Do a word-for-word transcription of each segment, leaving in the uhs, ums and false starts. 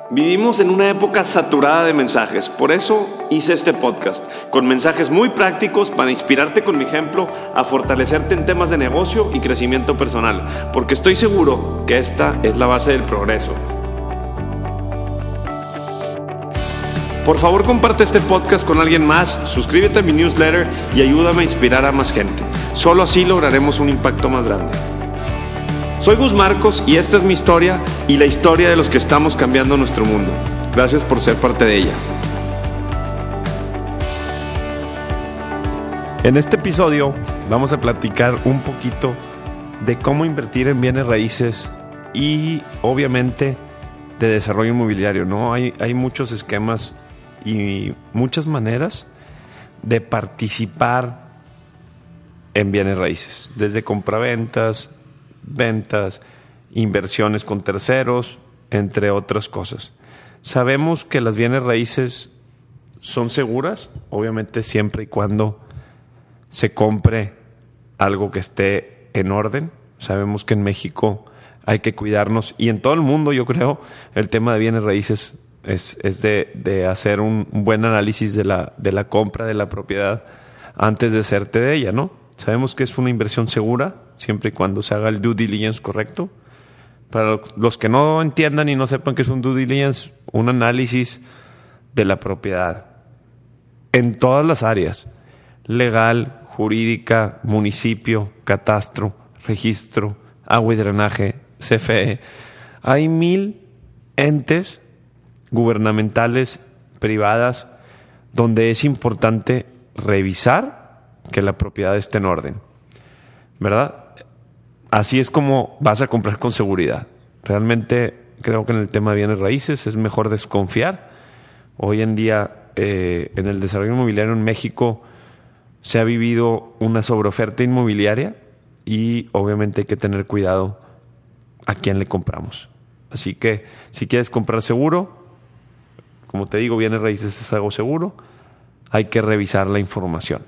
Vivimos en una época saturada de mensajes, por eso hice este podcast, con mensajes muy prácticos para inspirarte con mi ejemplo a fortalecerte en temas de negocio y crecimiento personal, porque estoy seguro que esta es la base del progreso. Por favor, comparte este podcast con alguien más, suscríbete a mi newsletter y ayúdame a inspirar a más gente. Solo así lograremos un impacto más grande. Soy Gus Marcos y esta es mi historia y la historia de los que estamos cambiando nuestro mundo. Gracias por ser parte de ella. En este episodio vamos a platicar un poquito de cómo invertir en bienes raíces y obviamente de desarrollo inmobiliario, ¿no? Hay, hay muchos esquemas y muchas maneras de participar en bienes raíces, desde compraventas, ventas, inversiones con terceros, entre otras cosas. Sabemos que las bienes raíces son seguras, obviamente siempre y cuando se compre algo que esté en orden. Sabemos que en México hay que cuidarnos y en todo el mundo, yo creo, el tema de bienes raíces es, es de, de hacer un, un buen análisis de la, de la compra de la propiedad antes de hacerte de ella, ¿no? Sabemos que es una inversión segura, siempre y cuando se haga el due diligence correcto. Para los que no entiendan y no sepan qué es un due diligence, un análisis de la propiedad en todas las áreas: legal, jurídica, municipio, catastro, registro, agua y drenaje, C F E. Hay mil entes gubernamentales, privadas, donde es importante revisar que la propiedad esté en orden, ¿verdad? Así es como vas a comprar con seguridad. Realmente creo que en el tema de bienes raíces es mejor desconfiar. Hoy en día eh, en el desarrollo inmobiliario en México se ha vivido una sobreoferta inmobiliaria y obviamente hay que tener cuidado a quién le compramos. Así que si quieres comprar seguro, como te digo, bienes raíces es algo seguro, hay que revisar la información.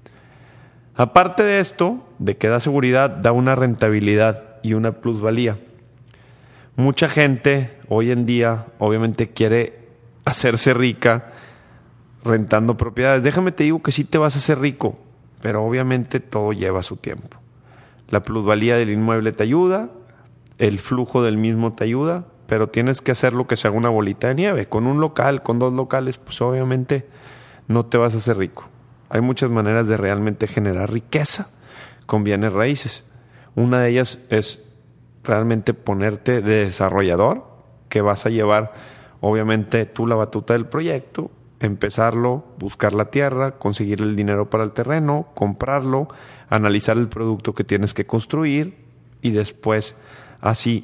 Aparte de esto, de que da seguridad, da una rentabilidad y una plusvalía. Mucha gente hoy en día obviamente quiere hacerse rica rentando propiedades. Déjame te digo que sí te vas a hacer rico, pero obviamente todo lleva su tiempo. La plusvalía del inmueble te ayuda, el flujo del mismo te ayuda, pero tienes que hacer lo que se haga una bolita de nieve. Con un local, con dos locales, pues obviamente no te vas a hacer rico. Hay muchas maneras de realmente generar riqueza con bienes raíces. Una de ellas es realmente ponerte de desarrollador, que vas a llevar obviamente tú la batuta del proyecto, empezarlo, buscar la tierra, conseguir el dinero para el terreno, comprarlo, analizar el producto que tienes que construir y después así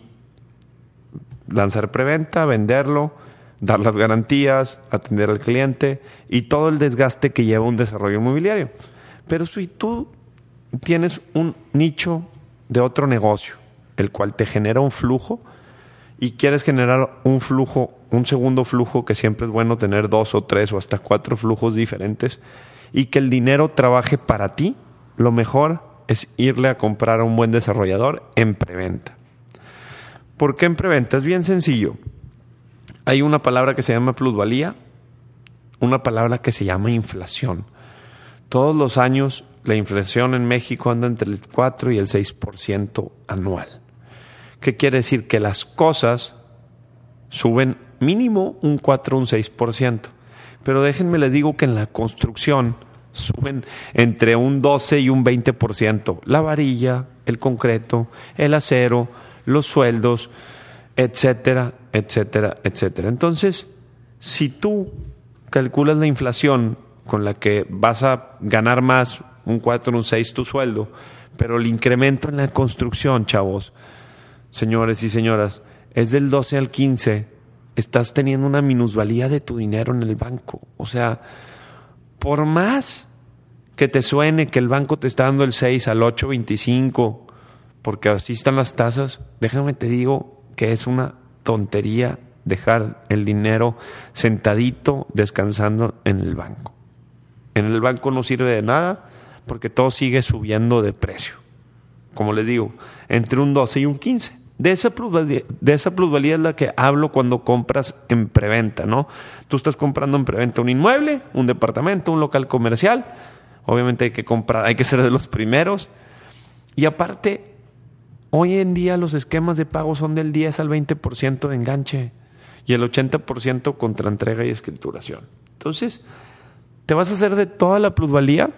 lanzar preventa, venderlo, dar las garantías, atender al cliente y todo el desgaste que lleva un desarrollo inmobiliario. Pero si tú tienes un nicho de otro negocio, el cual te genera un flujo y quieres generar un flujo, un segundo flujo, que siempre es bueno tener dos o tres o hasta cuatro flujos diferentes y que el dinero trabaje para ti, lo mejor es irle a comprar a un buen desarrollador en preventa. ¿Por qué en preventa? Es bien sencillo. Hay una palabra que se llama plusvalía, una palabra que se llama inflación. Todos los años la inflación en México anda entre el cuatro y el seis por ciento anual. ¿Qué quiere decir? Que las cosas suben mínimo un cuatro o un seis por ciento. Pero déjenme les digo que en la construcción suben entre un doce y un veinte por ciento. La varilla, el concreto, el acero, los sueldos, etcétera, etcétera, etcétera. Entonces, si tú calculas la inflación con la que vas a ganar más, un cuatro, un seis tu sueldo, pero el incremento en la construcción, chavos, señores y señoras, es del doce al quince, estás teniendo una minusvalía de tu dinero en el banco. O sea, por más que te suene que el banco te está dando el seis al ocho veinticinco, porque así están las tasas, déjame te digo que es una tontería dejar el dinero sentadito descansando en el banco. En el banco no sirve de nada porque todo sigue subiendo de precio. Como les digo, entre un doce y un quince. De esa plusvalía, de esa plusvalía es la que hablo cuando compras en preventa, ¿no? Tú estás comprando en preventa un inmueble, un departamento, un local comercial. Obviamente hay que comprar, hay que ser de los primeros. Y aparte, hoy en día los esquemas de pago son del diez al veinte por ciento de enganche y el ochenta por ciento contra entrega y escrituración. Entonces, te vas a hacer de toda la plusvalía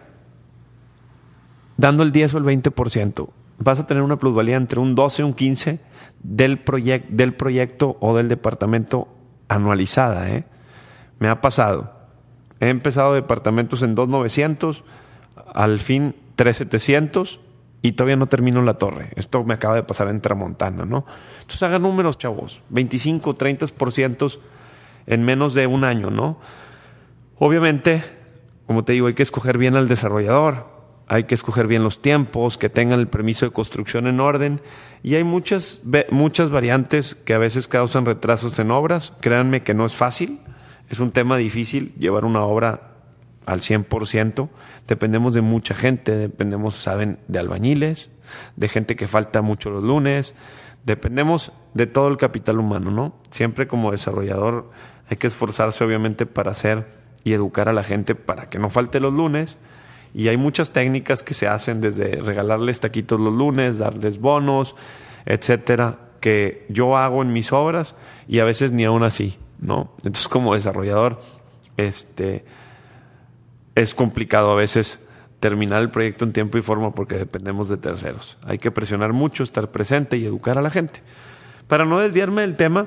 dando el diez o el veinte por ciento. Vas a tener una plusvalía entre un doce y un quince del, proyec- del proyecto o del departamento anualizada, ¿eh? Me ha pasado. He empezado departamentos en dos mil novecientos, al fin tres mil setecientos y todavía no termino la torre. Esto me acaba de pasar en Tramontana, ¿no? Entonces hagan números, chavos. veinticinco, treinta por ciento en menos de un año, ¿no? Obviamente, como te digo, hay que escoger bien al desarrollador. Hay que escoger bien los tiempos, que tengan el permiso de construcción en orden. Y hay muchas, muchas variantes que a veces causan retrasos en obras. Créanme que no es fácil. Es un tema difícil llevar una obra al cien por ciento. Dependemos de mucha gente. Dependemos, saben, de albañiles, de gente que falta mucho los lunes. Dependemos de todo el capital humano, ¿no? Siempre como desarrollador hay que esforzarse, obviamente, para hacer y educar a la gente para que no falte los lunes. Y hay muchas técnicas que se hacen, desde regalarles taquitos los lunes, darles bonos, etcétera, que yo hago en mis obras y a veces ni aún así, ¿no? Entonces, como desarrollador, este, es complicado a veces terminar el proyecto en tiempo y forma porque dependemos de terceros. Hay que presionar mucho, estar presente y educar a la gente. Para no desviarme del tema,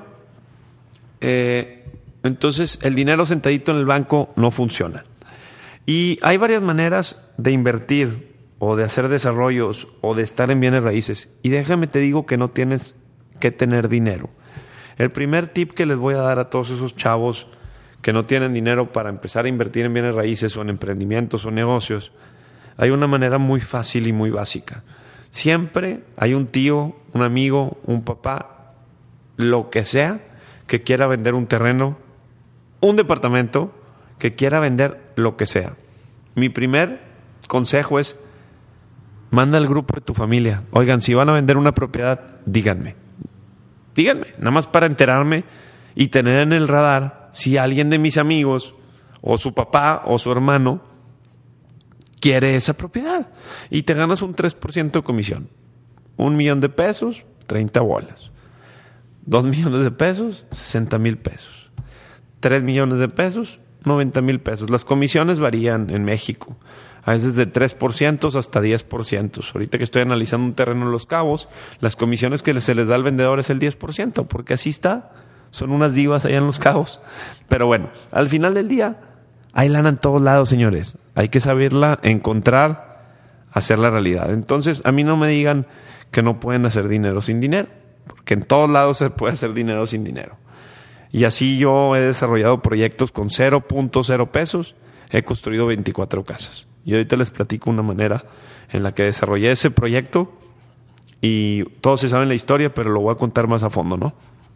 eh, entonces el dinero sentadito en el banco no funciona. Y hay varias maneras de invertir o de hacer desarrollos o de estar en bienes raíces. Y déjame te digo que no tienes que tener dinero. El primer tip que les voy a dar a todos esos chavos que no tienen dinero para empezar a invertir en bienes raíces o en emprendimientos o negocios, hay una manera muy fácil y muy básica. Siempre hay un tío, un amigo, un papá, lo que sea, que quiera vender un terreno, un departamento, que quiera vender lo que sea. Mi primer consejo es: manda al grupo de tu familia. Oigan, si van a vender una propiedad, díganme. Díganme, nada más para enterarme y tener en el radar si alguien de mis amigos o su papá o su hermano quiere esa propiedad. Y te ganas un tres por ciento de comisión. Un millón de pesos, treinta bolas. Dos millones de pesos, sesenta mil pesos. Tres millones de pesos, noventa mil pesos. Las comisiones varían en México. A veces de tres por ciento hasta diez por ciento. Ahorita que estoy analizando un terreno en Los Cabos, las comisiones que se les da al vendedor es el diez por ciento, porque así está. Son unas divas allá en Los Cabos. Pero bueno, al final del día, hay lana en todos lados, señores. Hay que saberla encontrar, hacerla realidad. Entonces, a mí no me digan que no pueden hacer dinero sin dinero, porque en todos lados se puede hacer dinero sin dinero. Y así yo he desarrollado proyectos con cero punto cero pesos. He construido veinticuatro casas. Y ahorita les platico una manera en la que desarrollé ese proyecto. Y todos se saben la historia, pero lo voy a contar más a fondo, ¿no?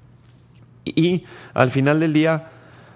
Y al final del día,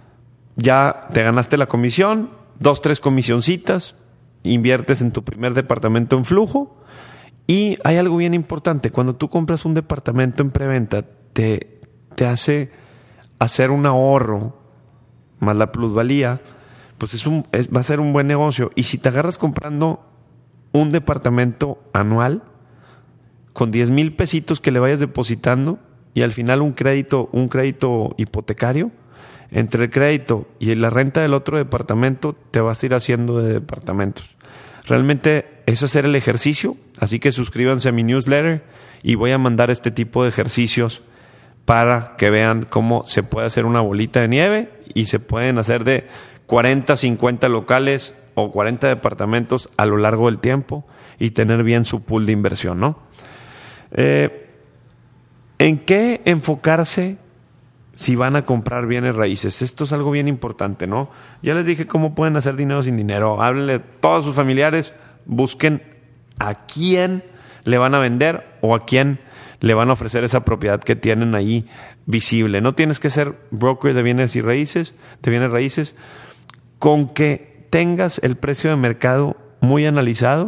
ya te ganaste la comisión, dos, tres comisioncitas, inviertes en tu primer departamento en flujo. Y hay algo bien importante: cuando tú compras un departamento en preventa, te, te hace hacer un ahorro más la plusvalía, pues es un, es, va a ser un buen negocio. Y si te agarras comprando un departamento anual con diez mil pesitos que le vayas depositando y al final un crédito, un crédito hipotecario, entre el crédito y la renta del otro departamento te vas a ir haciendo de departamentos. Realmente es hacer el ejercicio, así que suscríbanse a mi newsletter y voy a mandar este tipo de ejercicios para que vean cómo se puede hacer una bolita de nieve y se pueden hacer de cuarenta, cincuenta locales o cuarenta departamentos a lo largo del tiempo y tener bien su pool de inversión, ¿no? Eh, ¿En qué enfocarse si van a comprar bienes raíces? Esto es algo bien importante, ¿no? Ya les dije cómo pueden hacer dinero sin dinero. Háblenle a todos sus familiares, busquen a quién le van a vender o a quién le van a ofrecer esa propiedad que tienen ahí visible. No tienes que ser broker de bienes y raíces, de bienes raíces. Con que tengas el precio de mercado muy analizado,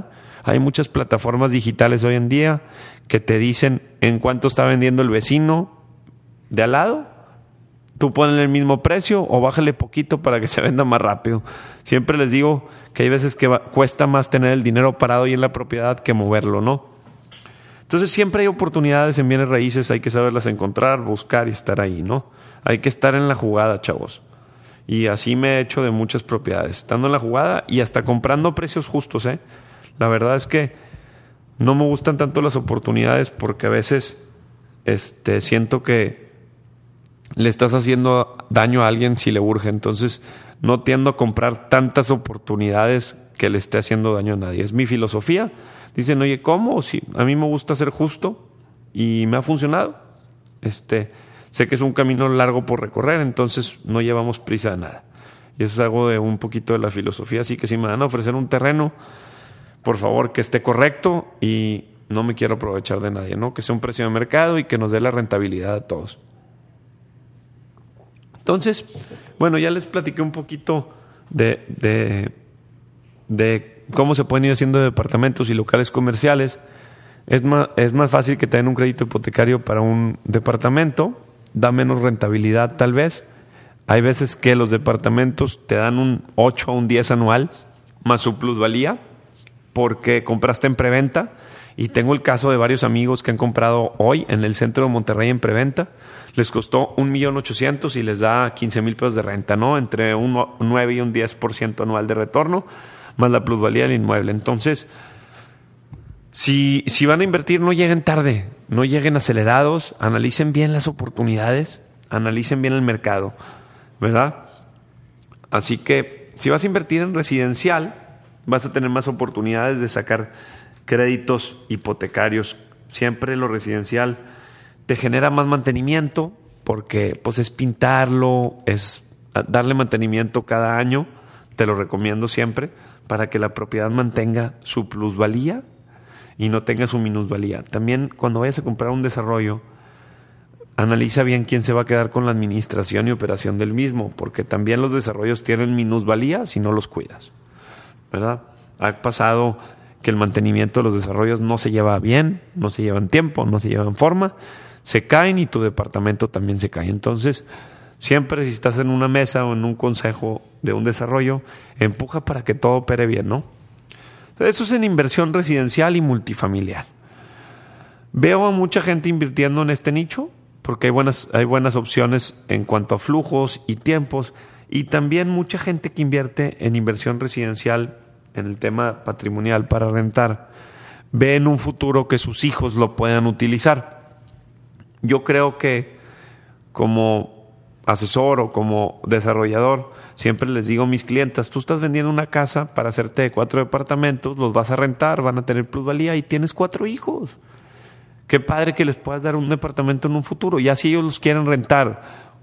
Hay muchas plataformas digitales hoy en día que te dicen en cuánto está vendiendo el vecino de al lado. Tú ponle el mismo precio o bájale poquito para que se venda más rápido. Siempre les digo que hay veces que va, cuesta más tener el dinero parado ahí en la propiedad que moverlo, ¿no? Entonces siempre hay oportunidades en bienes raíces, hay que saberlas encontrar, buscar y estar ahí, ¿no? Hay que estar en la jugada, chavos. Y así me he hecho de muchas propiedades, estando en la jugada y hasta comprando a precios justos, ¿eh? La verdad es que no me gustan tanto las oportunidades porque a veces este, siento que le estás haciendo daño a alguien si le urge. Entonces no tiendo a comprar tantas oportunidades que le esté haciendo daño a nadie. Es mi filosofía. Dicen, oye, ¿cómo? Sí, a mí me gusta ser justo y me ha funcionado. Este, sé que es un camino largo por recorrer, entonces no llevamos prisa de nada. Y eso es algo de un poquito de la filosofía. Así que si me van a ofrecer un terreno, por favor, que esté correcto y no me quiero aprovechar de nadie, ¿no? Que sea un precio de mercado y que nos dé la rentabilidad a todos. Entonces, bueno, ya les platiqué un poquito de, de, de cómo se pueden ir haciendo departamentos y locales comerciales. Es más, es más fácil que te den un crédito hipotecario para un departamento, da menos rentabilidad tal vez. Hay veces que los departamentos te dan un ocho o un diez anual más su plusvalía porque compraste en preventa. Y tengo el caso de varios amigos que han comprado hoy en el centro de Monterrey en preventa. Les costó un millón ochocientos y les da quince mil pesos de renta, ¿no? Entre un nueve y un diez por ciento anual de retorno, más la plusvalía del inmueble. Entonces, si, si van a invertir, no lleguen tarde, no lleguen acelerados, analicen bien las oportunidades, analicen bien el mercado, ¿verdad? Así que, si vas a invertir en residencial, vas a tener más oportunidades de sacar créditos hipotecarios. Siempre lo residencial te genera más mantenimiento porque pues es pintarlo, es darle mantenimiento cada año. Te lo recomiendo siempre para que la propiedad mantenga su plusvalía y no tenga su minusvalía. También cuando vayas a comprar un desarrollo, analiza bien quién se va a quedar con la administración y operación del mismo, porque también los desarrollos tienen minusvalía si no los cuidas, ¿verdad? Ha pasado que el mantenimiento de los desarrollos no se lleva bien, no se lleva en tiempo, no se lleva en forma, se caen y tu departamento también se cae. Entonces, siempre si estás en una mesa o en un consejo de un desarrollo, empuja para que todo opere bien, ¿no? Eso es en inversión residencial y multifamiliar. Veo a mucha gente invirtiendo en este nicho porque hay buenas, hay buenas opciones en cuanto a flujos y tiempos, y también mucha gente que invierte en inversión residencial en el tema patrimonial para rentar, ve en un futuro que sus hijos lo puedan utilizar. Yo creo que como asesor o como desarrollador, siempre les digo a mis clientas, tú estás vendiendo una casa para hacerte de cuatro departamentos, los vas a rentar, van a tener plusvalía y tienes cuatro hijos. Qué padre que les puedas dar un departamento en un futuro. Ya si ellos los quieren rentar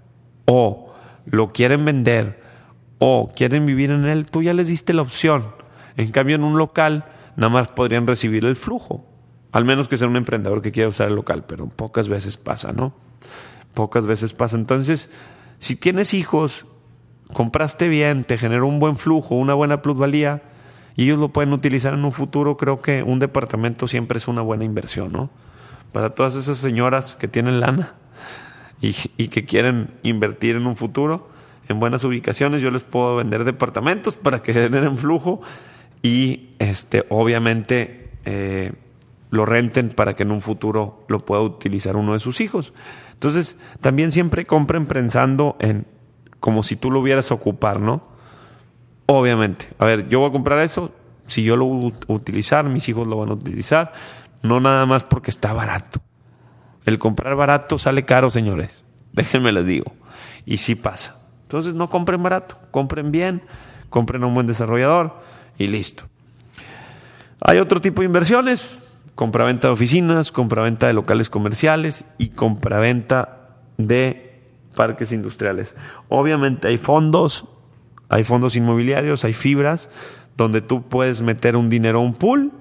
o lo quieren vender o quieren vivir en él, tú ya les diste la opción. En cambio, en un local, nada más podrían recibir el flujo. Al menos que sea un emprendedor que quiera usar el local, pero pocas veces pasa, ¿no? Pocas veces pasa. Entonces, si tienes hijos, compraste bien, te generó un buen flujo, una buena plusvalía, y ellos lo pueden utilizar en un futuro, creo que un departamento siempre es una buena inversión, ¿no? Para todas esas señoras que tienen lana y, y que quieren invertir en un futuro, en buenas ubicaciones, yo les puedo vender departamentos para que generen flujo y este, obviamente eh, lo renten para que en un futuro lo pueda utilizar uno de sus hijos. Entonces, también siempre compren pensando en como si tú lo hubieras a ocupar, ¿no? Obviamente. A ver, yo voy a comprar eso, si yo lo voy a utilizar, mis hijos lo van a utilizar, no nada más porque está barato. El comprar barato sale caro, señores. Déjenme les digo. Y sí pasa. Entonces, no compren barato, compren bien, compren a un buen desarrollador y listo. Hay otro tipo de inversiones: compraventa de oficinas, compraventa de locales comerciales y compraventa de parques industriales. Obviamente hay fondos, hay fondos inmobiliarios, hay fibras donde tú puedes meter un dinero a un pool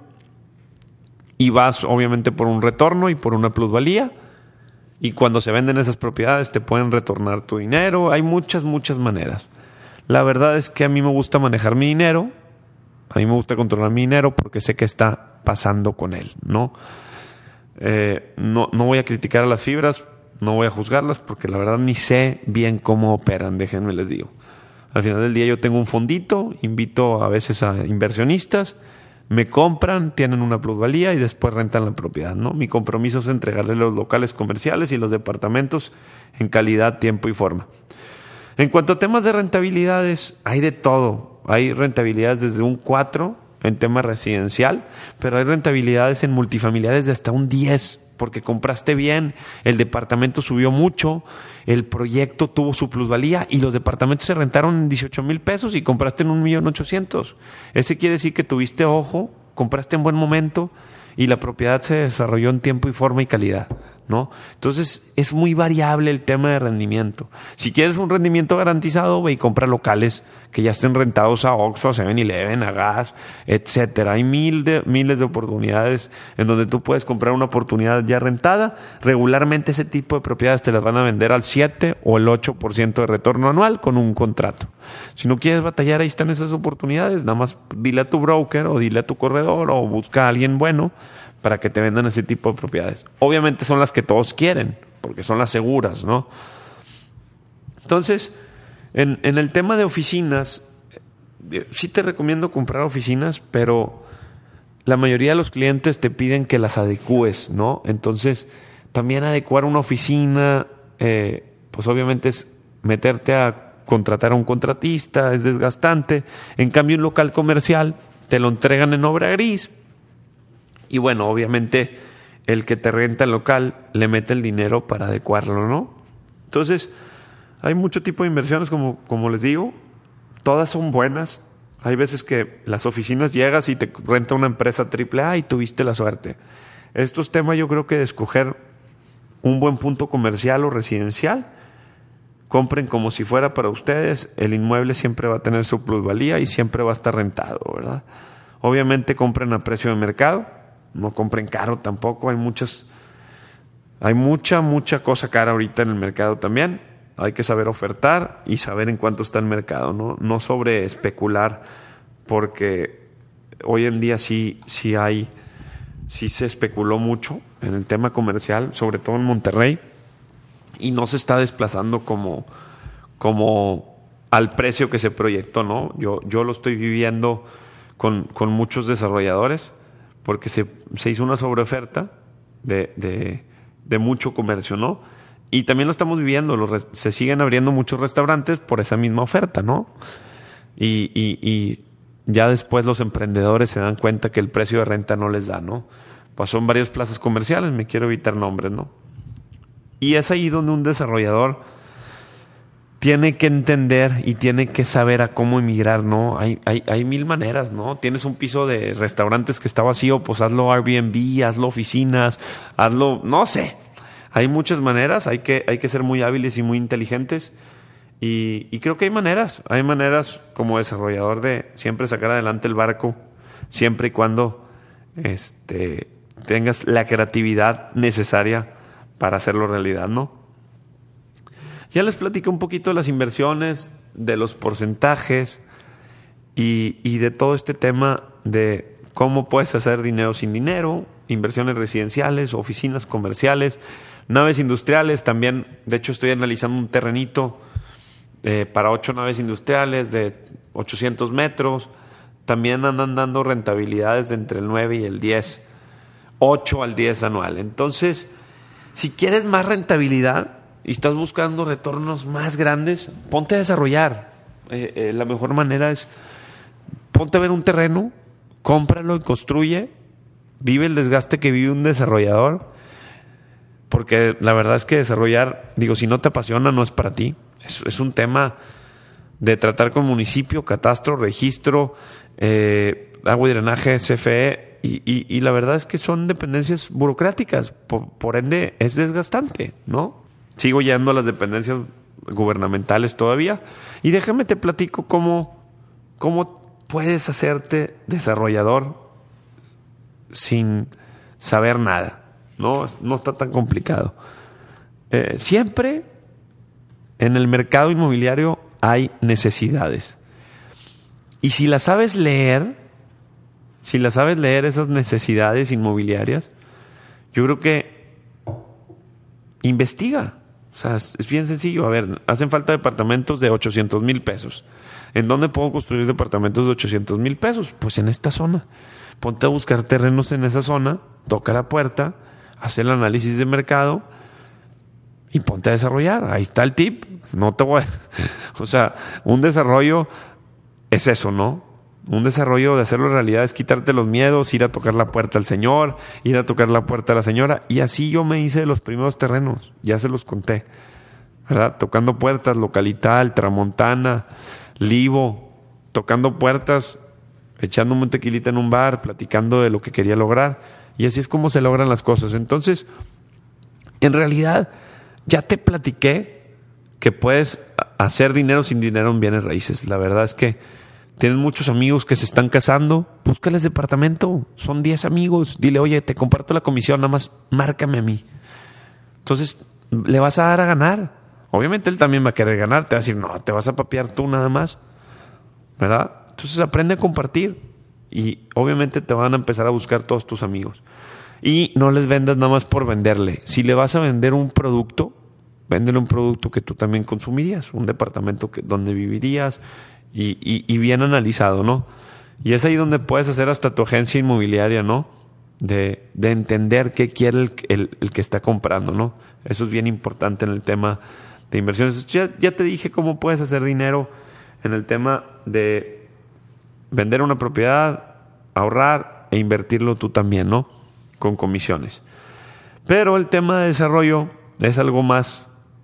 y vas obviamente por un retorno y por una plusvalía, y cuando se venden esas propiedades te pueden retornar tu dinero. Hay muchas, muchas maneras. La verdad es que a mí me gusta manejar mi dinero, a mí me gusta controlar mi dinero porque sé que está está pasando con él, ¿no? Eh, no, no voy a criticar a las fibras, no voy a juzgarlas porque la verdad ni sé bien cómo operan, déjenme les digo. Al final del día yo tengo un fondito, invito a veces a inversionistas, me compran, tienen una plusvalía y después rentan la propiedad, ¿no? Mi compromiso es entregarle los locales comerciales y los departamentos en calidad, tiempo y forma. En cuanto a temas de rentabilidades, hay de todo. Hay rentabilidades desde un cuatro en tema residencial, pero hay rentabilidades en multifamiliares de hasta un diez, porque compraste bien, el departamento subió mucho, el proyecto tuvo su plusvalía y los departamentos se rentaron en dieciocho mil pesos y compraste en un millón ochocientos. Ese quiere decir que tuviste ojo, compraste en buen momento y la propiedad se desarrolló en tiempo y forma y calidad, ¿no? Entonces es muy variable el tema de rendimiento. Si quieres un rendimiento garantizado, ve y compra locales que ya estén rentados a Oxxo, a seven eleven, a Gas, etcétera. Hay mil de, miles de oportunidades en donde tú puedes comprar una oportunidad ya rentada. Regularmente ese tipo de propiedades te las van a vender al siete o el ocho por ciento de retorno anual con un contrato. Si no quieres batallar, ahí están esas oportunidades. Nada más dile a tu broker o dile a tu corredor o busca a alguien bueno para que te vendan ese tipo de propiedades. Obviamente son las que todos quieren, porque son las seguras, ¿no? Entonces, en, en el tema de oficinas, sí te recomiendo comprar oficinas, pero la mayoría de los clientes te piden que las adecúes, ¿no? Entonces, también adecuar una oficina, eh, pues obviamente es meterte a contratar a un contratista, es desgastante. En cambio, un local comercial te lo entregan en obra gris. Y bueno, obviamente el que te renta el local le mete el dinero para adecuarlo, ¿no? Entonces, hay mucho tipo de inversiones, como, como les digo. Todas son buenas. Hay veces que las oficinas llegas y te renta una empresa triple A y tuviste la suerte. Esto es tema, yo creo, que de escoger un buen punto comercial o residencial. Compren como si fuera para ustedes. El inmueble siempre va a tener su plusvalía y siempre va a estar rentado, ¿verdad? Obviamente compren a precio de mercado. No compren caro tampoco. Hay muchas, hay mucha, mucha cosa cara ahorita en el mercado también. Hay que saber ofertar y saber en cuánto está el mercado, ¿no? No sobre especular, porque hoy en día sí, sí hay, sí se especuló mucho en el tema comercial, sobre todo en Monterrey, y no se está desplazando como, como al precio que se proyectó, ¿no? Yo, yo lo estoy viviendo con, con muchos desarrolladores, porque se, se hizo una sobreoferta de, de, de mucho comercio, ¿no? Y también lo estamos viviendo, los, se siguen abriendo muchos restaurantes por esa misma oferta, ¿no? Y, y, y ya después los emprendedores se dan cuenta que el precio de renta no les da, ¿no? Pasó en varias plazas comerciales, me quiero evitar nombres, ¿no? Y es ahí donde un desarrollador tiene que entender y tiene que saber a cómo emigrar, ¿no? Hay, hay, hay mil maneras, ¿no? Tienes un piso de restaurantes que está vacío, pues hazlo Airbnb, hazlo oficinas, hazlo, no sé. Hay muchas maneras, hay que, hay que ser muy hábiles y muy inteligentes. Y, y creo que hay maneras, hay maneras como desarrollador de siempre sacar adelante el barco, siempre y cuando este, tengas la creatividad necesaria para hacerlo realidad, ¿no? Ya les platiqué un poquito de las inversiones, de los porcentajes y, y de todo este tema de cómo puedes hacer dinero sin dinero, inversiones residenciales, oficinas comerciales, naves industriales. También, de hecho, estoy analizando un terrenito eh, para ocho naves industriales de ochocientos metros. También andan dando rentabilidades de entre el nueve y el diez, ocho al diez anual. Entonces, si quieres más rentabilidad y estás buscando retornos más grandes, ponte a desarrollar. Eh, eh, la mejor manera es ponte a ver un terreno, cómpralo y construye. Vive el desgaste que vive un desarrollador, porque la verdad es que desarrollar, digo, si no te apasiona, no es para ti. Es, es un tema de tratar con municipio, catastro, registro, eh, agua y drenaje, C F E, y, y, y la verdad es que son dependencias burocráticas, por, por ende es desgastante, ¿no? Sigo yendo a las dependencias gubernamentales todavía. Y déjame te platico cómo, cómo puedes hacerte desarrollador sin saber nada. No, no está tan complicado. Eh, siempre en el mercado inmobiliario hay necesidades. Y si las sabes leer, si la sabes leer esas necesidades inmobiliarias, yo creo que investiga. O sea, es, es bien sencillo. A ver, hacen falta departamentos de ochocientos mil pesos. ¿En dónde puedo construir departamentos de ochocientos mil pesos? Pues en esta zona. Ponte a buscar terrenos en esa zona, toca la puerta, hace el análisis de mercado y ponte a desarrollar. Ahí está el tip. No te voy a... O sea, un desarrollo es eso, ¿no? Un desarrollo de hacerlo realidad es quitarte los miedos, ir a tocar la puerta al señor, ir a tocar la puerta a la señora. Y así yo me hice de los primeros terrenos. Ya se los conté, ¿verdad? Tocando puertas, Localital, Tramontana, Livo, tocando puertas, echándome un tequilita en un bar, platicando de lo que quería lograr. Y así es como se logran las cosas. Entonces, en realidad, ya te platiqué que puedes hacer dinero sin dinero en bienes raíces. La verdad es que tienes muchos amigos que se están casando, búscales departamento. Son diez amigos. Dile, oye, te comparto la comisión, nada más márcame a mí. Entonces, le vas a dar a ganar. Obviamente él también va a querer ganar. Te va a decir, no, te vas a papear tú nada más, ¿verdad? Entonces aprende a compartir y obviamente te van a empezar a buscar todos tus amigos. Y no les vendas nada más por venderle. Si le vas a vender un producto, véndele un producto que tú también consumirías, un departamento que, donde vivirías y, y, y bien analizado, ¿no? Y es ahí donde puedes hacer hasta tu agencia inmobiliaria, ¿no? De, de entender qué quiere el, el, el que está comprando, ¿no? Eso es bien importante en el tema de inversiones. Ya, ya te dije cómo puedes hacer dinero en el tema de vender una propiedad, ahorrar e invertirlo tú también, ¿no? Con comisiones. Pero el tema de desarrollo es algo más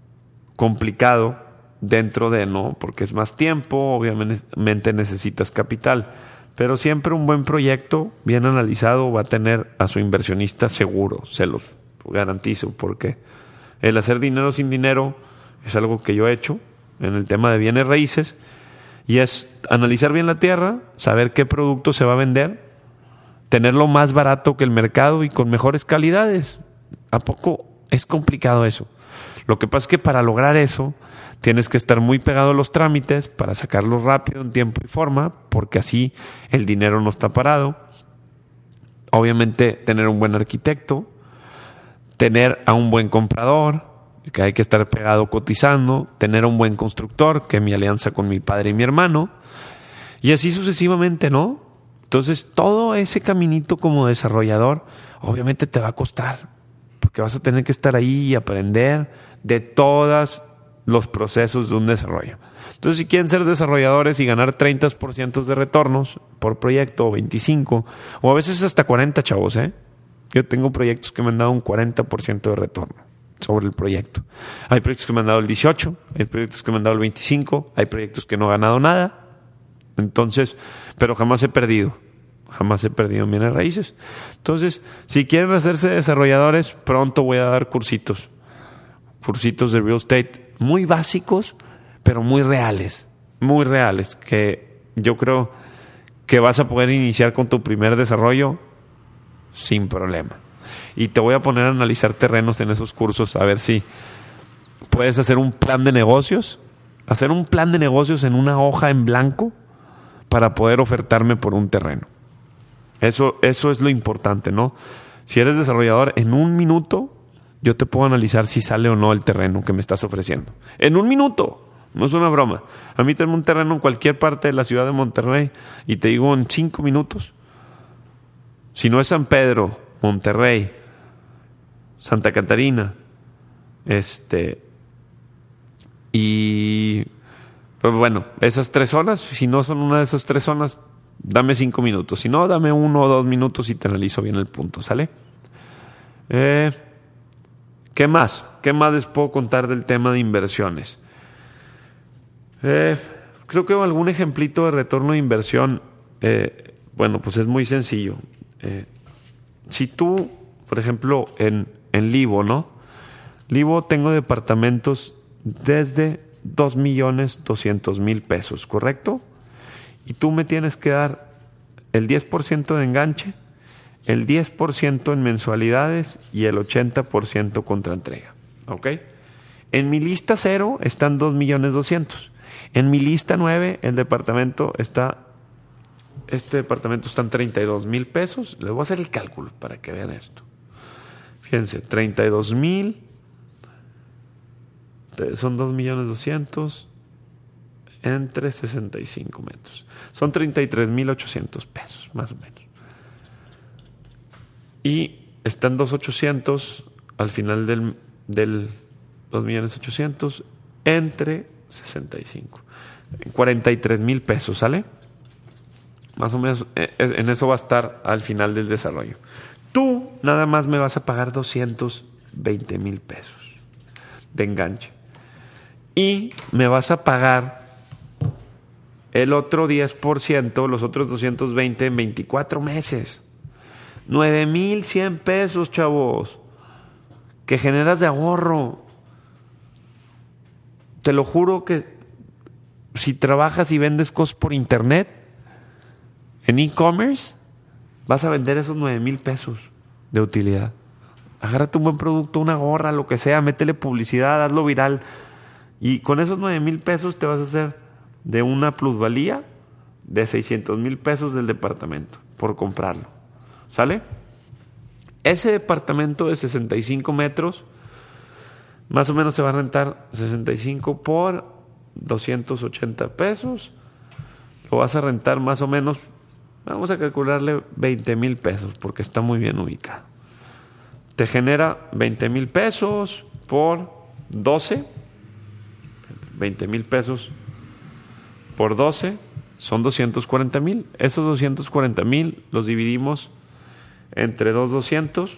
complicado dentro de, ¿no? Porque es más tiempo, obviamente necesitas capital, pero siempre un buen proyecto bien analizado va a tener a su inversionista seguro, se los garantizo, porque el hacer dinero sin dinero es algo que yo he hecho en el tema de bienes raíces y es analizar bien la tierra, saber qué producto se va a vender, tenerlo más barato que el mercado y con mejores calidades. ¿A poco es complicado eso? Lo que pasa es que para lograr eso tienes que estar muy pegado a los trámites para sacarlos rápido, en tiempo y forma, porque así el dinero no está parado. Obviamente tener un buen arquitecto, tener a un buen comprador, que hay que estar pegado cotizando, tener a un buen constructor, que es mi alianza con mi padre y mi hermano, y así sucesivamente, ¿no? Entonces todo ese caminito como desarrollador obviamente te va a costar, porque vas a tener que estar ahí y aprender de todos los procesos de un desarrollo. Entonces, si quieren ser desarrolladores y ganar treinta por ciento de retornos por proyecto, o veinticinco, o a veces hasta cuarenta, chavos, ¿eh? Yo tengo proyectos que me han dado un cuarenta por ciento de retorno sobre el proyecto. Hay proyectos que me han dado el dieciocho, hay proyectos que me han dado el veinticinco, hay proyectos que no he ganado nada. Entonces, pero jamás he perdido. Jamás he perdido en bienes raíces. Entonces, si quieren hacerse desarrolladores, pronto voy a dar cursitos. Cursitos de real estate muy básicos, pero muy reales. Muy reales. Que yo creo que vas a poder iniciar con tu primer desarrollo sin problema. Y te voy a poner a analizar terrenos en esos cursos, a ver si puedes hacer un plan de negocios. Hacer un plan de negocios en una hoja en blanco para poder ofertarme por un terreno. Eso, eso es lo importante, ¿no? Si eres desarrollador, en un minuto yo te puedo analizar si sale o no el terreno que me estás ofreciendo. En un minuto, no es una broma. A mí tengo un terreno en cualquier parte de la ciudad de Monterrey y te digo en cinco minutos. Si no es San Pedro, Monterrey, Santa Catarina, este, y pues bueno, esas tres zonas, si no son una de esas tres zonas, dame cinco minutos. Si no, dame uno o dos minutos y te analizo bien el punto, ¿sale? Eh, ¿Qué más? ¿Qué más les puedo contar del tema de inversiones? Eh, creo que algún ejemplito de retorno de inversión, eh, bueno, pues es muy sencillo. Eh, si tú, por ejemplo, en, en Livo, ¿no? Livo tengo departamentos desde dos millones doscientos mil pesos, ¿correcto? Y tú me tienes que dar el diez por ciento de enganche, el diez por ciento en mensualidades y el ochenta por ciento contra entrega. ¿Ok? En mi lista cero están dos millones doscientos. En mi lista nueve el departamento está este departamento está en treinta y dos mil pesos. Les voy a hacer el cálculo para que vean esto. Fíjense, treinta y dos mil son dos millones doscientos entre sesenta y cinco metros. Son treinta y tres mil ochocientos pesos, más o menos. Y están dos millones ochocientos al final del, del dos millones ochocientos entre sesenta y cinco. cuarenta y tres mil pesos, ¿sale? Más o menos en eso va a estar al final del desarrollo. Tú nada más me vas a pagar doscientos veinte mil pesos de enganche. Y me vas a pagar el otro diez por ciento, los otros doscientos veinte en veinticuatro meses. nueve mil cien pesos, chavos, que generas de ahorro. Te lo juro que si trabajas y vendes cosas por internet, en e-commerce, vas a vender esos nueve mil pesos de utilidad. Agárrate un buen producto, una gorra, lo que sea, métele publicidad, hazlo viral. Y con esos nueve mil pesos te vas a hacer de una plusvalía de seiscientos mil pesos del departamento por comprarlo. ¿Sale? Ese departamento de sesenta y cinco metros, más o menos se va a rentar sesenta y cinco por doscientos ochenta pesos. Lo vas a rentar más o menos, vamos a calcularle veinte mil pesos porque está muy bien ubicado. Te genera veinte mil pesos por doce. veinte mil pesos por doce son doscientos cuarenta mil. Esos doscientos cuarenta mil los dividimos entre dos mil doscientos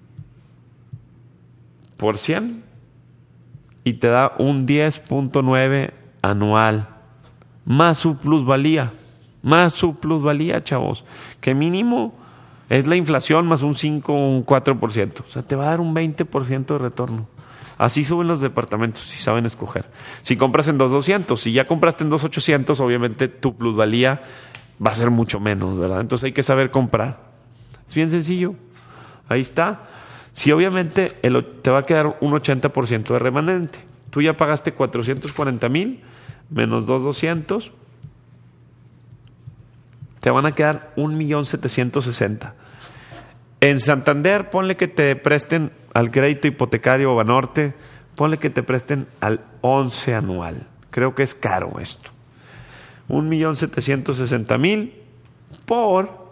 por cien y te da un diez punto nueve anual más su plusvalía, más su plusvalía, chavos, que mínimo es la inflación más un cinco o un cuatro por ciento. O sea, te va a dar un veinte por ciento de retorno. Así suben los departamentos, si saben escoger. Si compras en dos mil doscientos, si ya compraste en dos mil ochocientos, obviamente tu plusvalía va a ser mucho menos, ¿verdad? Entonces hay que saber comprar. Es bien sencillo. Ahí está. Si obviamente el, te va a quedar un ochenta por ciento de remanente. Tú ya pagaste cuatrocientos cuarenta mil menos dos mil doscientos. Te van a quedar un millón setecientos sesenta mil. En Santander, ponle que te presten al crédito hipotecario o Banorte, ponle que te presten al once anual. Creo que es caro esto. un millón setecientos sesenta mil por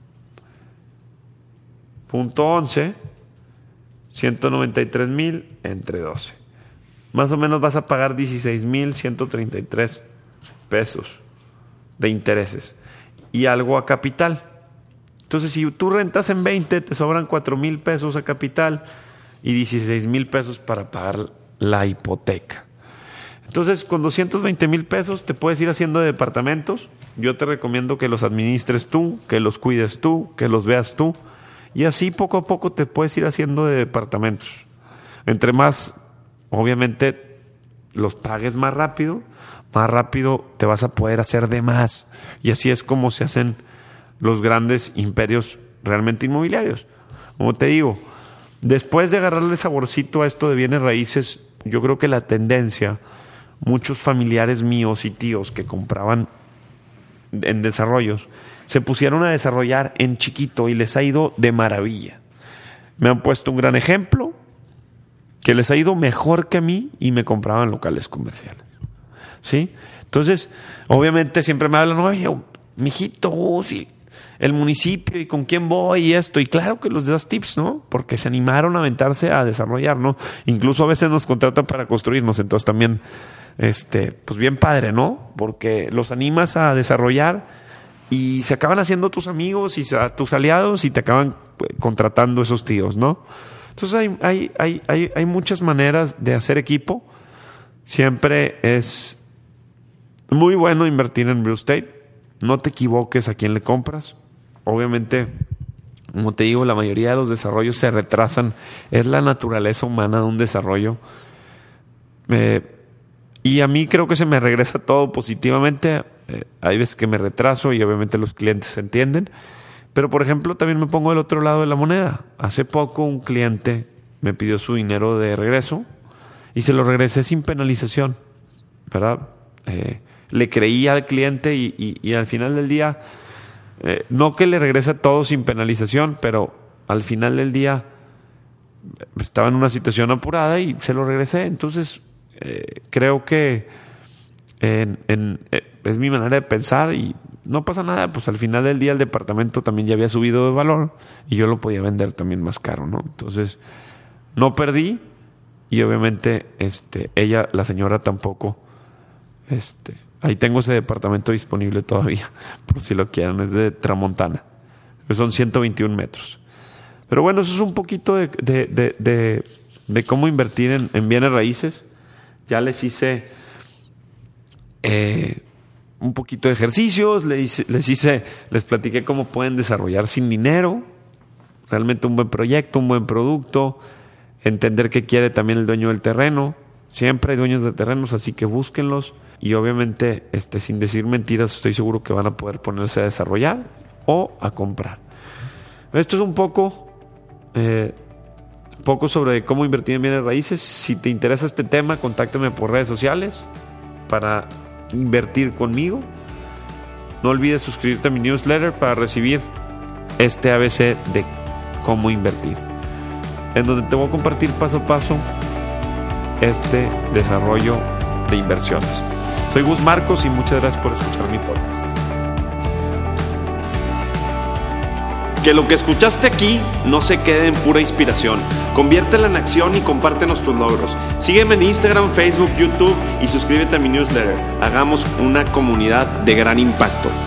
punto once, ciento noventa y tres mil entre doce. Más o menos vas a pagar dieciséis mil ciento treinta y tres pesos de intereses y algo a capital. Entonces, si tú rentas en veinte, te sobran cuatro mil pesos a capital y dieciséis mil pesos para pagar la hipoteca. Entonces, con doscientos veinte mil pesos te puedes ir haciendo de departamentos. Yo te recomiendo que los administres tú, que los cuides tú, que los veas tú. Y así poco a poco te puedes ir haciendo de departamentos. Entre más, obviamente, los pagues más rápido, más rápido te vas a poder hacer de más. Y así es como se hacen los grandes imperios realmente inmobiliarios. Como te digo, después de agarrarle saborcito a esto de bienes raíces, yo creo que la tendencia, muchos familiares míos y tíos que compraban en desarrollos, se pusieron a desarrollar en chiquito y les ha ido de maravilla. Me han puesto un gran ejemplo, que les ha ido mejor que a mí y me compraban locales comerciales. ¿Sí? Entonces, obviamente siempre me hablan, oye, mijito, sí, el municipio y con quién voy y esto. Y claro que los das tips, ¿no? Porque se animaron a aventarse a desarrollar, ¿no? Incluso a veces nos contratan para construirnos. Entonces también, este, pues bien padre, ¿no? Porque los animas a desarrollar y se acaban haciendo tus amigos y tus aliados y te acaban contratando esos tíos, ¿no? Entonces hay, hay, hay, hay, hay muchas maneras de hacer equipo. Siempre es muy bueno invertir en real estate. No te equivoques a quién le compras. Obviamente, como te digo, la mayoría de los desarrollos se retrasan. Es la naturaleza humana de un desarrollo. Eh, y a mí creo que se me regresa todo positivamente. Eh, hay veces que me retraso y obviamente los clientes entienden. Pero, por ejemplo, también me pongo del otro lado de la moneda. Hace poco un cliente me pidió su dinero de regreso y se lo regresé sin penalización, ¿verdad? Eh, le creí al cliente y, y, y al final del día Eh, no que le regrese todo sin penalización, pero al final del día estaba en una situación apurada y se lo regresé. Entonces, eh, creo que en, en, eh, es mi manera de pensar y no pasa nada. Pues al final del día el departamento también ya había subido de valor y yo lo podía vender también más caro, ¿no? Entonces, no perdí y obviamente este, ella, la señora tampoco. Este, ahí tengo ese departamento disponible todavía, por si lo quieren. Es de Tramontana. Son ciento veintiún metros. Pero bueno, eso es un poquito de, de, de, de, de cómo invertir en, en bienes raíces. Ya les hice eh, un poquito de ejercicios, les hice, les hice, les platiqué cómo pueden desarrollar sin dinero, realmente un buen proyecto, un buen producto, entender qué quiere también el dueño del terreno. Siempre hay dueños de terrenos, así que búsquenlos. Y obviamente, este, sin decir mentiras, estoy seguro que van a poder ponerse a desarrollar o a comprar. Esto es un poco... Eh, poco sobre cómo invertir en bienes raíces. Si te interesa este tema, contáctame por redes sociales para invertir conmigo. No olvides suscribirte a mi newsletter para recibir este A B C de cómo invertir, en donde te voy a compartir paso a paso este desarrollo de inversiones. Soy Gus Marcos y muchas gracias por escuchar mi podcast. Que lo que escuchaste aquí no se quede en pura inspiración. Conviértela en acción y compártenos tus logros. Sígueme en Instagram, Facebook, YouTube y suscríbete a mi newsletter. Hagamos una comunidad de gran impacto.